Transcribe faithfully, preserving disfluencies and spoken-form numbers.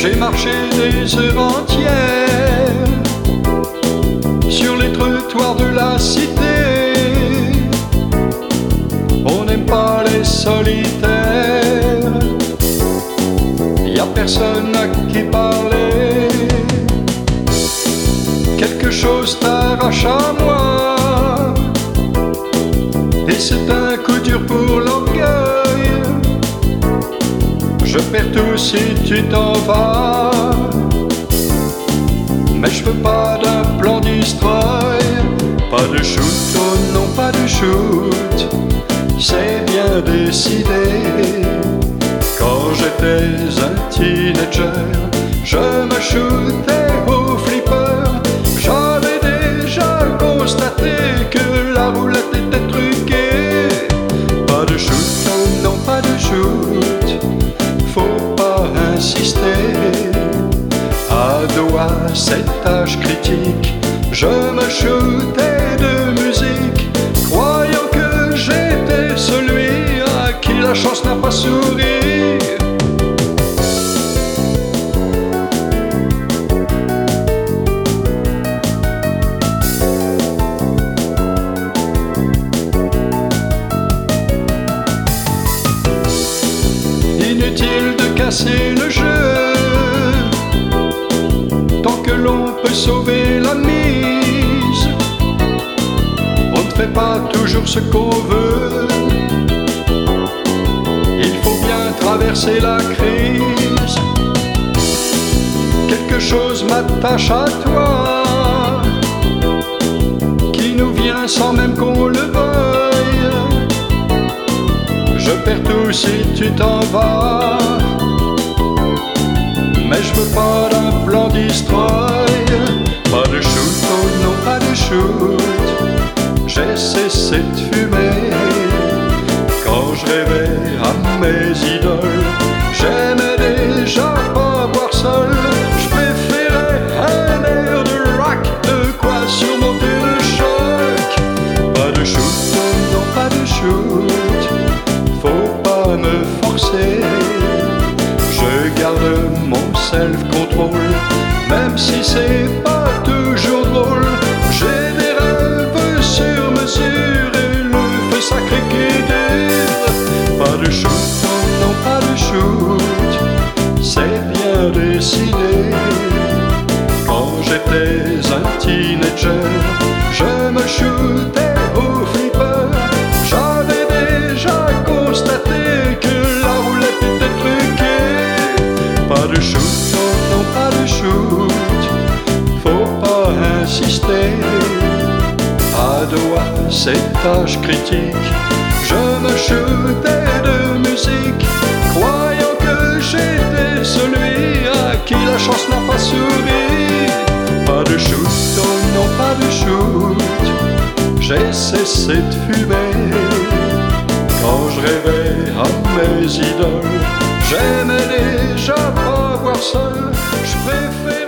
J'ai marché des heures entières sur les trottoirs de la cité. On n'aime pas les solitaires, y a personne à qui parler. Quelque chose t'arrache à moi, et c'est un coup dur pour l'orgueil. Je perds tout si tu t'en vas, mais je veux pas d'un plan destroy. Pas de shoot, oh non pas de shoot, c'est bien décidé. Quand j'étais un teenager, je me shootais au flipper. J'avais déjà constaté que la roulette était truquée. Pas de shoot, oh non pas de shoot, faut pas insister. Ado à cet âge critique, je me shootais de musique, croyant que j'étais celui à qui la chance n'a pas souri. Inutile de casser le jeu, tant que l'on peut sauver la mise. On ne fait pas toujours ce qu'on veut, il faut bien traverser la crise. Quelque chose m'attache à toi, qui nous vient sans même qu'on le veuille. Je perds tout si tu t'en vas, mais je veux pas d'un plan destroy. Pas de shoot, oh non pas de shoot, j'ai cessé de fumer. Quand je rêvais à mes idoles, j'aimais déjà pas boire seul. Je préférais un air de rock, de quoi surmonter le choc. Pas de shoot, oh non pas de shoot, faut pas me forcer. Je garde mon self-control, même si c'est pas toujours drôle. J'ai des rêves sur mesure et le feu sacré qui dure. Pas de shoot, oh non pas de shoot, c'est bien décidé. Quand j'étais un teenager, je me shootais au flipper. J'avais déjà constaté que la roulette était truquée. Pas de shoot, oh non pas de shoot, faut pas insister. Ado à cet âge critique, je me shootais de musique, croyant que j'étais celui à qui la chance n'a pas souri. Pas de shoot, oh non pas de shoot, j'ai cessé de fumer. Quand je rêvais à mes idoles, j'aimais déjà pas voir seul. Je préfère